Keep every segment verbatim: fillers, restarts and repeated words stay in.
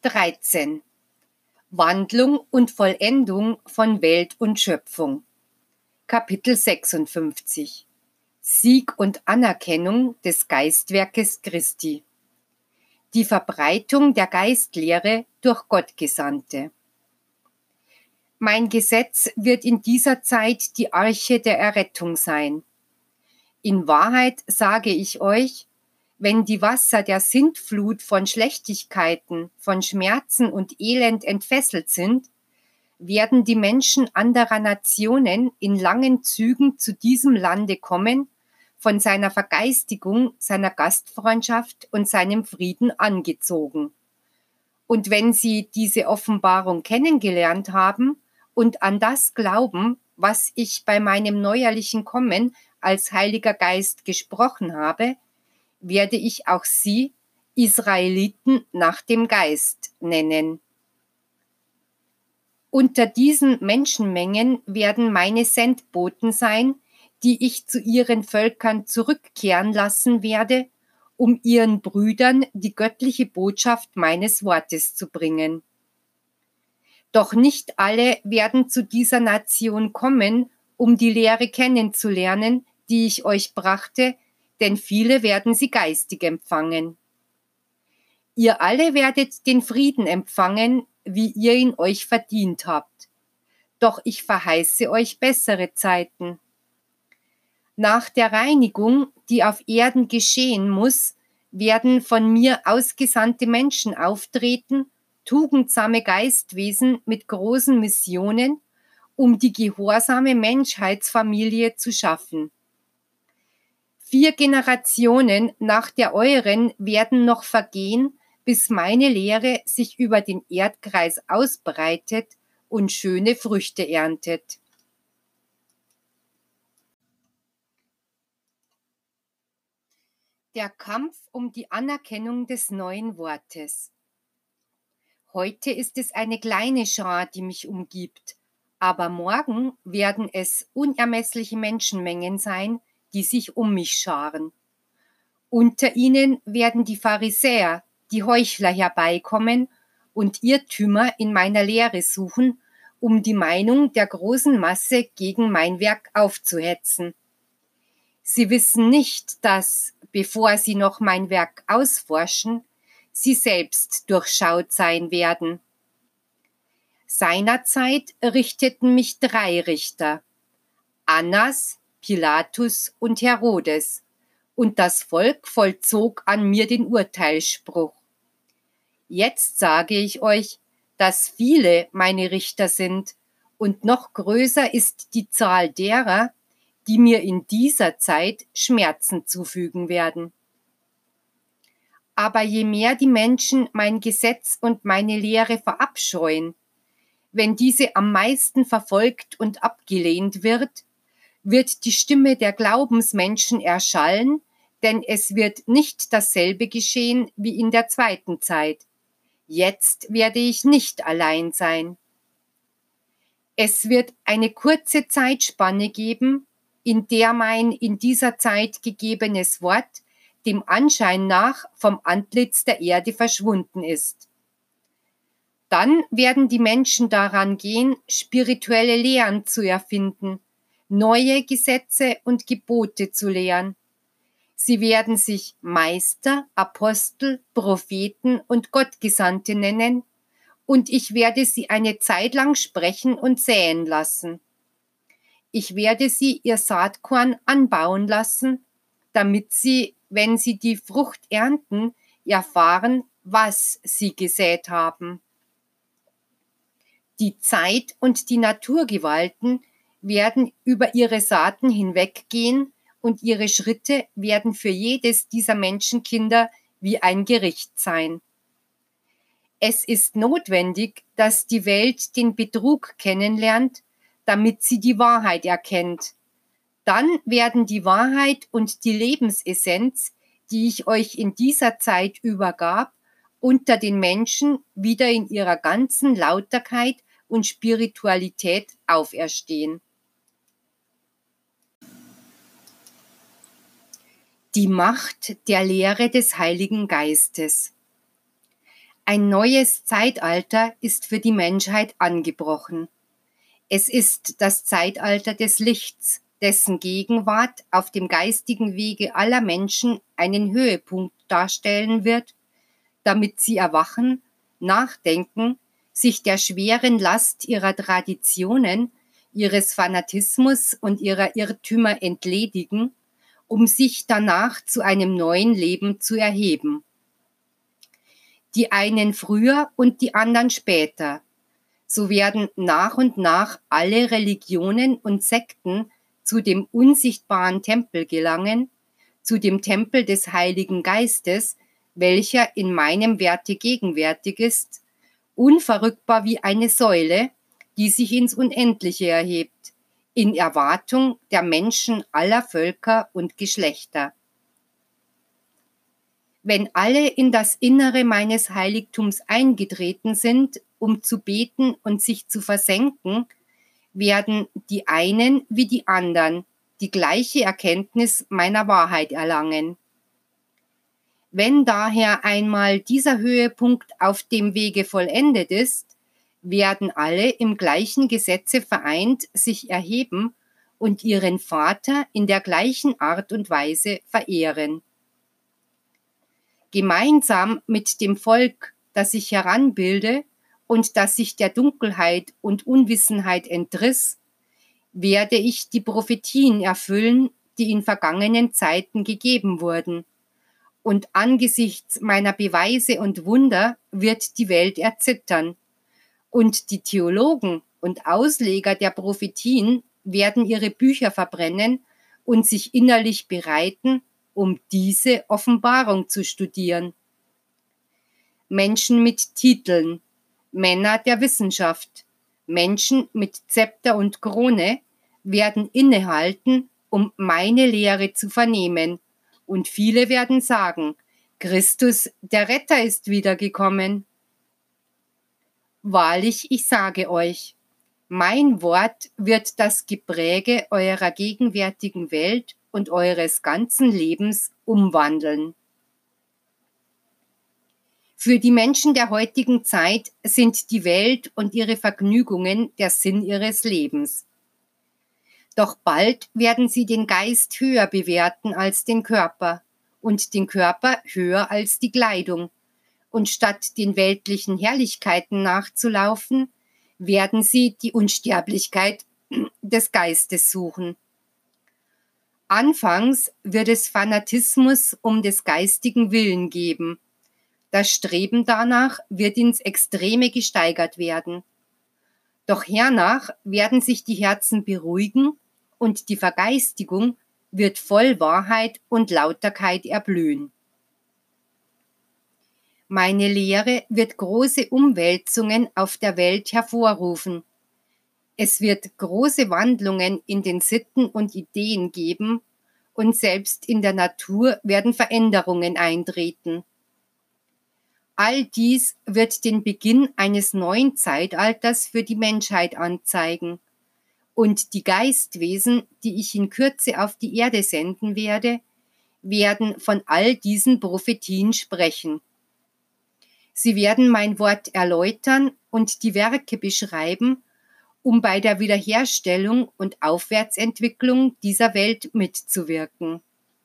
dreizehn. Wandlung und Vollendung von Welt und Schöpfung. Kapitel sechsundfünfzig. Sieg und Anerkennung des Geistwerkes Christi. Die Verbreitung der Geistlehre durch Gottgesandte. Mein Gesetz wird in dieser Zeit die Arche der Errettung sein. In Wahrheit sage ich euch, wenn die Wasser der Sintflut von Schlechtigkeiten, von Schmerzen und Elend entfesselt sind, werden die Menschen anderer Nationen in langen Zügen zu diesem Lande kommen, von seiner Vergeistigung, seiner Gastfreundschaft und seinem Frieden angezogen. Und wenn sie diese Offenbarung kennengelernt haben und an das glauben, was ich bei meinem neuerlichen Kommen als Heiliger Geist gesprochen habe, werde ich auch sie Israeliten nach dem Geist nennen. Unter diesen Menschenmengen werden meine Sendboten sein, die ich zu ihren Völkern zurückkehren lassen werde, um ihren Brüdern die göttliche Botschaft meines Wortes zu bringen. Doch nicht alle werden zu dieser Nation kommen, um die Lehre kennenzulernen, die ich euch brachte, denn viele werden sie geistig empfangen. Ihr alle werdet den Frieden empfangen, wie ihr ihn euch verdient habt. Doch ich verheiße euch bessere Zeiten. Nach der Reinigung, die auf Erden geschehen muss, werden von mir ausgesandte Menschen auftreten, tugendsame Geistwesen mit großen Missionen, um die gehorsame Menschheitsfamilie zu schaffen. Vier Generationen nach der euren werden noch vergehen, bis meine Lehre sich über den Erdkreis ausbreitet und schöne Früchte erntet. Der Kampf um die Anerkennung des neuen Wortes. Heute ist es eine kleine Schar, die mich umgibt, aber morgen werden es unermessliche Menschenmengen sein, die sich um mich scharen. Unter ihnen werden die Pharisäer, die Heuchler herbeikommen und Irrtümer in meiner Lehre suchen, um die Meinung der großen Masse gegen mein Werk aufzuhetzen. Sie wissen nicht, dass, bevor sie noch mein Werk ausforschen, sie selbst durchschaut sein werden. Seinerzeit richteten mich drei Richter, Annas, Pilatus und Herodes, und das Volk vollzog an mir den Urteilsspruch. Jetzt sage ich euch, dass viele meine Richter sind, und noch größer ist die Zahl derer, die mir in dieser Zeit Schmerzen zufügen werden. Aber je mehr die Menschen mein Gesetz und meine Lehre verabscheuen, wenn diese am meisten verfolgt und abgelehnt wird, wird die Stimme der Glaubensmenschen erschallen, denn es wird nicht dasselbe geschehen wie in der zweiten Zeit. Jetzt werde ich nicht allein sein. Es wird eine kurze Zeitspanne geben, in der mein in dieser Zeit gegebenes Wort dem Anschein nach vom Antlitz der Erde verschwunden ist. Dann werden die Menschen daran gehen, spirituelle Lehren zu erfinden, neue Gesetze und Gebote zu lehren. Sie werden sich Meister, Apostel, Propheten und Gottgesandte nennen, und ich werde sie eine Zeit lang sprechen und säen lassen. Ich werde sie ihr Saatkorn anbauen lassen, damit sie, wenn sie die Frucht ernten, erfahren, was sie gesät haben. Die Zeit und die Naturgewalten werden über ihre Saaten hinweggehen und ihre Schritte werden für jedes dieser Menschenkinder wie ein Gericht sein. Es ist notwendig, dass die Welt den Betrug kennenlernt, damit sie die Wahrheit erkennt. Dann werden die Wahrheit und die Lebensessenz, die ich euch in dieser Zeit übergab, unter den Menschen wieder in ihrer ganzen Lauterkeit und Spiritualität auferstehen. Die Macht der Lehre des Heiligen Geistes. Ein neues Zeitalter ist für die Menschheit angebrochen. Es ist das Zeitalter des Lichts, dessen Gegenwart auf dem geistigen Wege aller Menschen einen Höhepunkt darstellen wird, damit sie erwachen, nachdenken, sich der schweren Last ihrer Traditionen, ihres Fanatismus und ihrer Irrtümer entledigen, um sich danach zu einem neuen Leben zu erheben. Die einen früher und die anderen später. So werden nach und nach alle Religionen und Sekten zu dem unsichtbaren Tempel gelangen, zu dem Tempel des Heiligen Geistes, welcher in meinem Werte gegenwärtig ist, unverrückbar wie eine Säule, die sich ins Unendliche erhebt, in Erwartung der Menschen aller Völker und Geschlechter. Wenn alle in das Innere meines Heiligtums eingetreten sind, um zu beten und sich zu versenken, werden die einen wie die anderen die gleiche Erkenntnis meiner Wahrheit erlangen. Wenn daher einmal dieser Höhepunkt auf dem Wege vollendet ist, werden alle im gleichen Gesetze vereint sich erheben und ihren Vater in der gleichen Art und Weise verehren. Gemeinsam mit dem Volk, das sich heranbilde und das sich der Dunkelheit und Unwissenheit entriss, werde ich die Prophetien erfüllen, die in vergangenen Zeiten gegeben wurden. Und angesichts meiner Beweise und Wunder wird die Welt erzittern. Und die Theologen und Ausleger der Prophetien werden ihre Bücher verbrennen und sich innerlich bereiten, um diese Offenbarung zu studieren. Menschen mit Titeln, Männer der Wissenschaft, Menschen mit Zepter und Krone werden innehalten, um meine Lehre zu vernehmen. Und viele werden sagen, Christus, der Retter, ist wiedergekommen. Wahrlich, ich sage euch, mein Wort wird das Gepräge eurer gegenwärtigen Welt und eures ganzen Lebens umwandeln. Für die Menschen der heutigen Zeit sind die Welt und ihre Vergnügungen der Sinn ihres Lebens. Doch bald werden sie den Geist höher bewerten als den Körper und den Körper höher als die Kleidung. Und statt den weltlichen Herrlichkeiten nachzulaufen, werden sie die Unsterblichkeit des Geistes suchen. Anfangs wird es Fanatismus um des geistigen Willen geben. Das Streben danach wird ins Extreme gesteigert werden. Doch hernach werden sich die Herzen beruhigen und die Vergeistigung wird voll Wahrheit und Lauterkeit erblühen. Meine Lehre wird große Umwälzungen auf der Welt hervorrufen. Es wird große Wandlungen in den Sitten und Ideen geben und selbst in der Natur werden Veränderungen eintreten. All dies wird den Beginn eines neuen Zeitalters für die Menschheit anzeigen. Und die Geistwesen, die ich in Kürze auf die Erde senden werde, werden von all diesen Prophetien sprechen. Sie werden mein Wort erläutern und die Werke beschreiben, um bei der Wiederherstellung und Aufwärtsentwicklung dieser Welt mitzuwirken.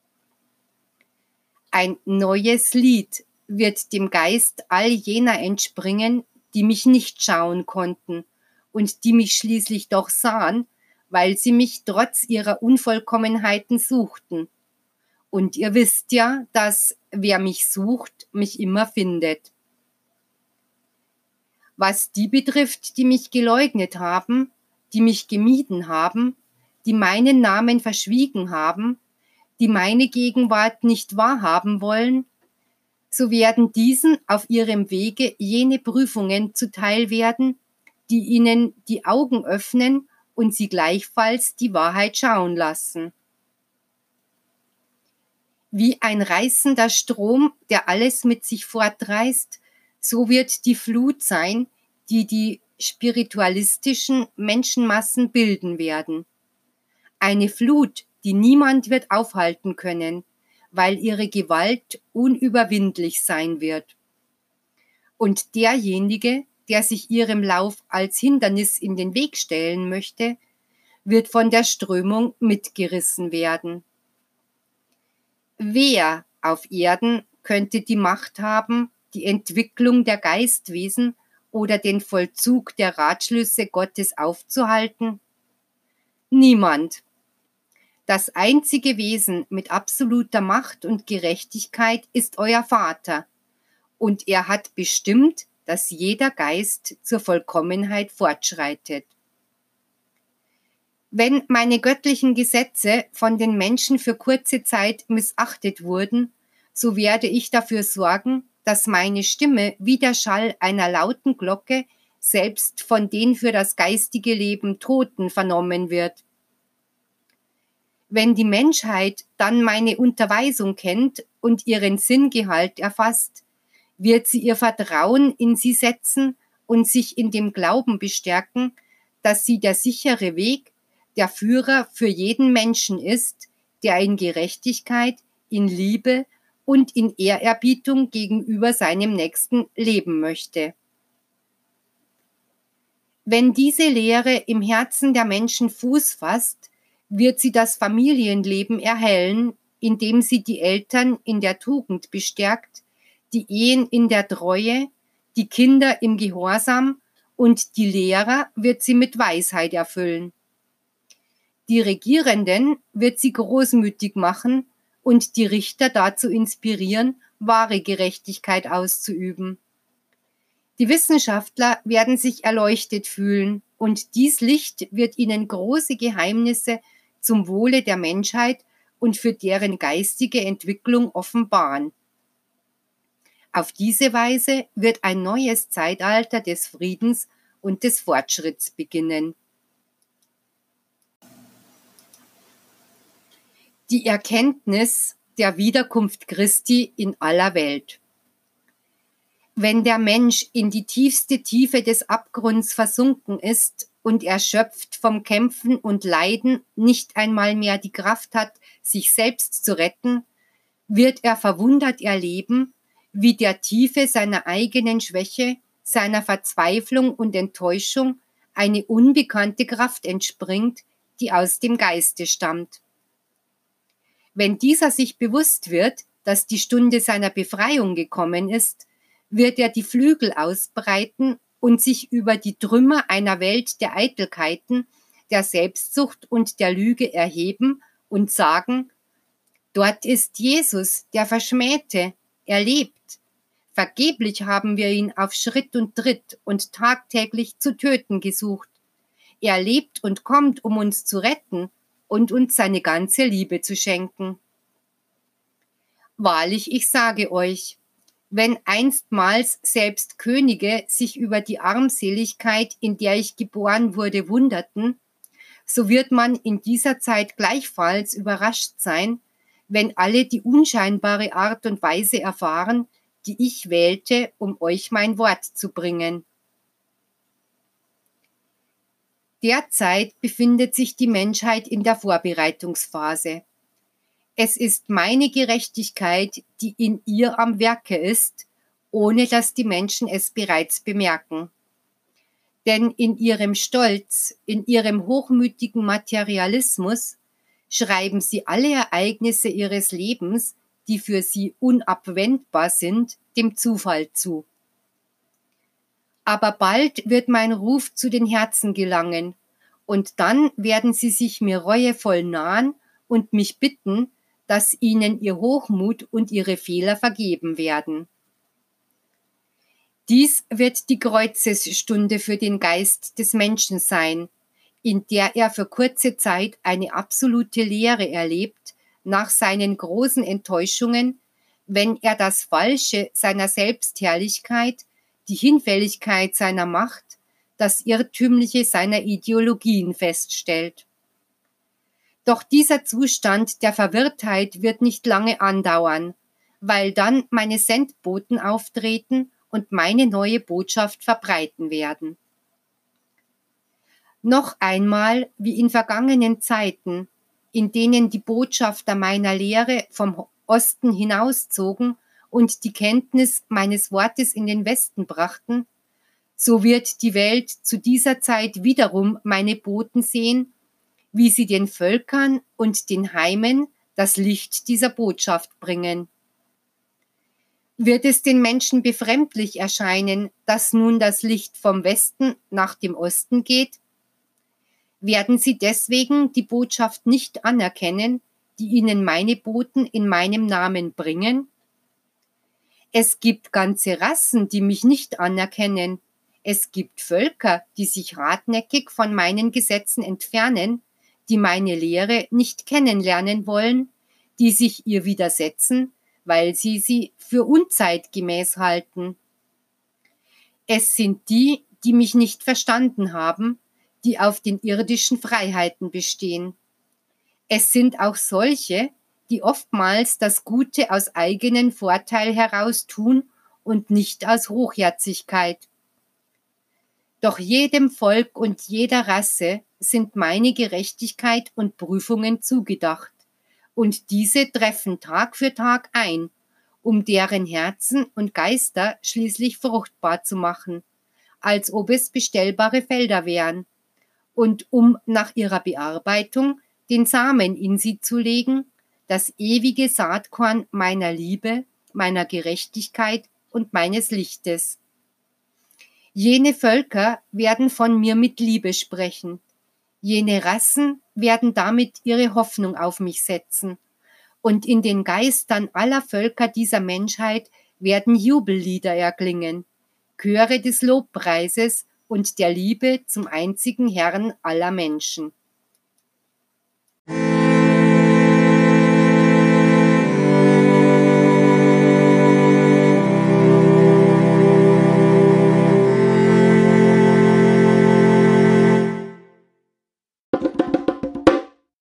Ein neues Lied wird dem Geist all jener entspringen, die mich nicht schauen konnten und die mich schließlich doch sahen, weil sie mich trotz ihrer Unvollkommenheiten suchten. Und ihr wisst ja, dass wer mich sucht, mich immer findet. Was die betrifft, die mich geleugnet haben, die mich gemieden haben, die meinen Namen verschwiegen haben, die meine Gegenwart nicht wahrhaben wollen, so werden diesen auf ihrem Wege jene Prüfungen zuteil werden, die ihnen die Augen öffnen und sie gleichfalls die Wahrheit schauen lassen. Wie ein reißender Strom, der alles mit sich fortreißt, so wird die Flut sein, die die spiritualistischen Menschenmassen bilden werden. Eine Flut, die niemand wird aufhalten können, weil ihre Gewalt unüberwindlich sein wird. Und derjenige, der sich ihrem Lauf als Hindernis in den Weg stellen möchte, wird von der Strömung mitgerissen werden. Wer auf Erden könnte die Macht haben, die Entwicklung der Geistwesen oder den Vollzug der Ratschlüsse Gottes aufzuhalten? Niemand. Das einzige Wesen mit absoluter Macht und Gerechtigkeit ist euer Vater, und er hat bestimmt, dass jeder Geist zur Vollkommenheit fortschreitet. Wenn meine göttlichen Gesetze von den Menschen für kurze Zeit missachtet wurden, so werde ich dafür sorgen, dass meine Stimme wie der Schall einer lauten Glocke selbst von den für das geistige Leben Toten vernommen wird. Wenn die Menschheit dann meine Unterweisung kennt und ihren Sinngehalt erfasst, wird sie ihr Vertrauen in sie setzen und sich in dem Glauben bestärken, dass sie der sichere Weg, der Führer für jeden Menschen ist, der in Gerechtigkeit, in Liebe und in Ehrerbietung gegenüber seinem Nächsten leben möchte. Wenn diese Lehre im Herzen der Menschen Fuß fasst, wird sie das Familienleben erhellen, indem sie die Eltern in der Tugend bestärkt, die Ehen in der Treue, die Kinder im Gehorsam und die Lehrer wird sie mit Weisheit erfüllen. Die Regierenden wird sie großmütig machen und die Richter dazu inspirieren, wahre Gerechtigkeit auszuüben. Die Wissenschaftler werden sich erleuchtet fühlen und dies Licht wird ihnen große Geheimnisse zum Wohle der Menschheit und für deren geistige Entwicklung offenbaren. Auf diese Weise wird ein neues Zeitalter des Friedens und des Fortschritts beginnen. Die Erkenntnis der Wiederkunft Christi in aller Welt. Wenn der Mensch in die tiefste Tiefe des Abgrunds versunken ist und erschöpft vom Kämpfen und Leiden nicht einmal mehr die Kraft hat, sich selbst zu retten, wird er verwundert erleben, wie der Tiefe seiner eigenen Schwäche, seiner Verzweiflung und Enttäuschung eine unbekannte Kraft entspringt, die aus dem Geiste stammt. Wenn dieser sich bewusst wird, dass die Stunde seiner Befreiung gekommen ist, wird er die Flügel ausbreiten und sich über die Trümmer einer Welt der Eitelkeiten, der Selbstsucht und der Lüge erheben und sagen: Dort ist Jesus, der Verschmähte, er lebt. Vergeblich haben wir ihn auf Schritt und Tritt und tagtäglich zu töten gesucht. Er lebt und kommt, um uns zu retten und uns seine ganze Liebe zu schenken. Wahrlich, ich sage euch, wenn einstmals selbst Könige sich über die Armseligkeit, in der ich geboren wurde, wunderten, so wird man in dieser Zeit gleichfalls überrascht sein, wenn alle die unscheinbare Art und Weise erfahren, die ich wählte, um euch mein Wort zu bringen. Derzeit befindet sich die Menschheit in der Vorbereitungsphase. Es ist meine Gerechtigkeit, die in ihr am Werke ist, ohne dass die Menschen es bereits bemerken. Denn in ihrem Stolz, in ihrem hochmütigen Materialismus schreiben sie alle Ereignisse ihres Lebens, die für sie unabwendbar sind, dem Zufall zu. Aber bald wird mein Ruf zu den Herzen gelangen, und dann werden sie sich mir reuevoll nahen und mich bitten, dass ihnen ihr Hochmut und ihre Fehler vergeben werden. Dies wird die Kreuzesstunde für den Geist des Menschen sein, in der er für kurze Zeit eine absolute Leere erlebt, nach seinen großen Enttäuschungen, wenn er das Falsche seiner Selbstherrlichkeit, die Hinfälligkeit seiner Macht, das Irrtümliche seiner Ideologien feststellt. Doch dieser Zustand der Verwirrtheit wird nicht lange andauern, weil dann meine Sendboten auftreten und meine neue Botschaft verbreiten werden. Noch einmal, wie in vergangenen Zeiten, in denen die Botschafter meiner Lehre vom Osten hinauszogen und die Kenntnis meines Wortes in den Westen brachten, so wird die Welt zu dieser Zeit wiederum meine Boten sehen, wie sie den Völkern und den Heimen das Licht dieser Botschaft bringen. Wird es den Menschen befremdlich erscheinen, dass nun das Licht vom Westen nach dem Osten geht? Werden sie deswegen die Botschaft nicht anerkennen, die ihnen meine Boten in meinem Namen bringen? Es gibt ganze Rassen, die mich nicht anerkennen. Es gibt Völker, die sich hartnäckig von meinen Gesetzen entfernen, die meine Lehre nicht kennenlernen wollen, die sich ihr widersetzen, weil sie sie für unzeitgemäß halten. Es sind die, die mich nicht verstanden haben, die auf den irdischen Freiheiten bestehen. Es sind auch solche, die oftmals das Gute aus eigenen Vorteil heraus tun und nicht aus Hochherzigkeit. Doch jedem Volk und jeder Rasse sind meine Gerechtigkeit und Prüfungen zugedacht, und diese treffen Tag für Tag ein, um deren Herzen und Geister schließlich fruchtbar zu machen, als ob es bestellbare Felder wären, und um nach ihrer Bearbeitung den Samen in sie zu legen, das ewige Saatkorn meiner Liebe, meiner Gerechtigkeit und meines Lichtes. Jene Völker werden von mir mit Liebe sprechen. Jene Rassen werden damit ihre Hoffnung auf mich setzen. Und in den Geistern aller Völker dieser Menschheit werden Jubellieder erklingen, Chöre des Lobpreises und der Liebe zum einzigen Herrn aller Menschen.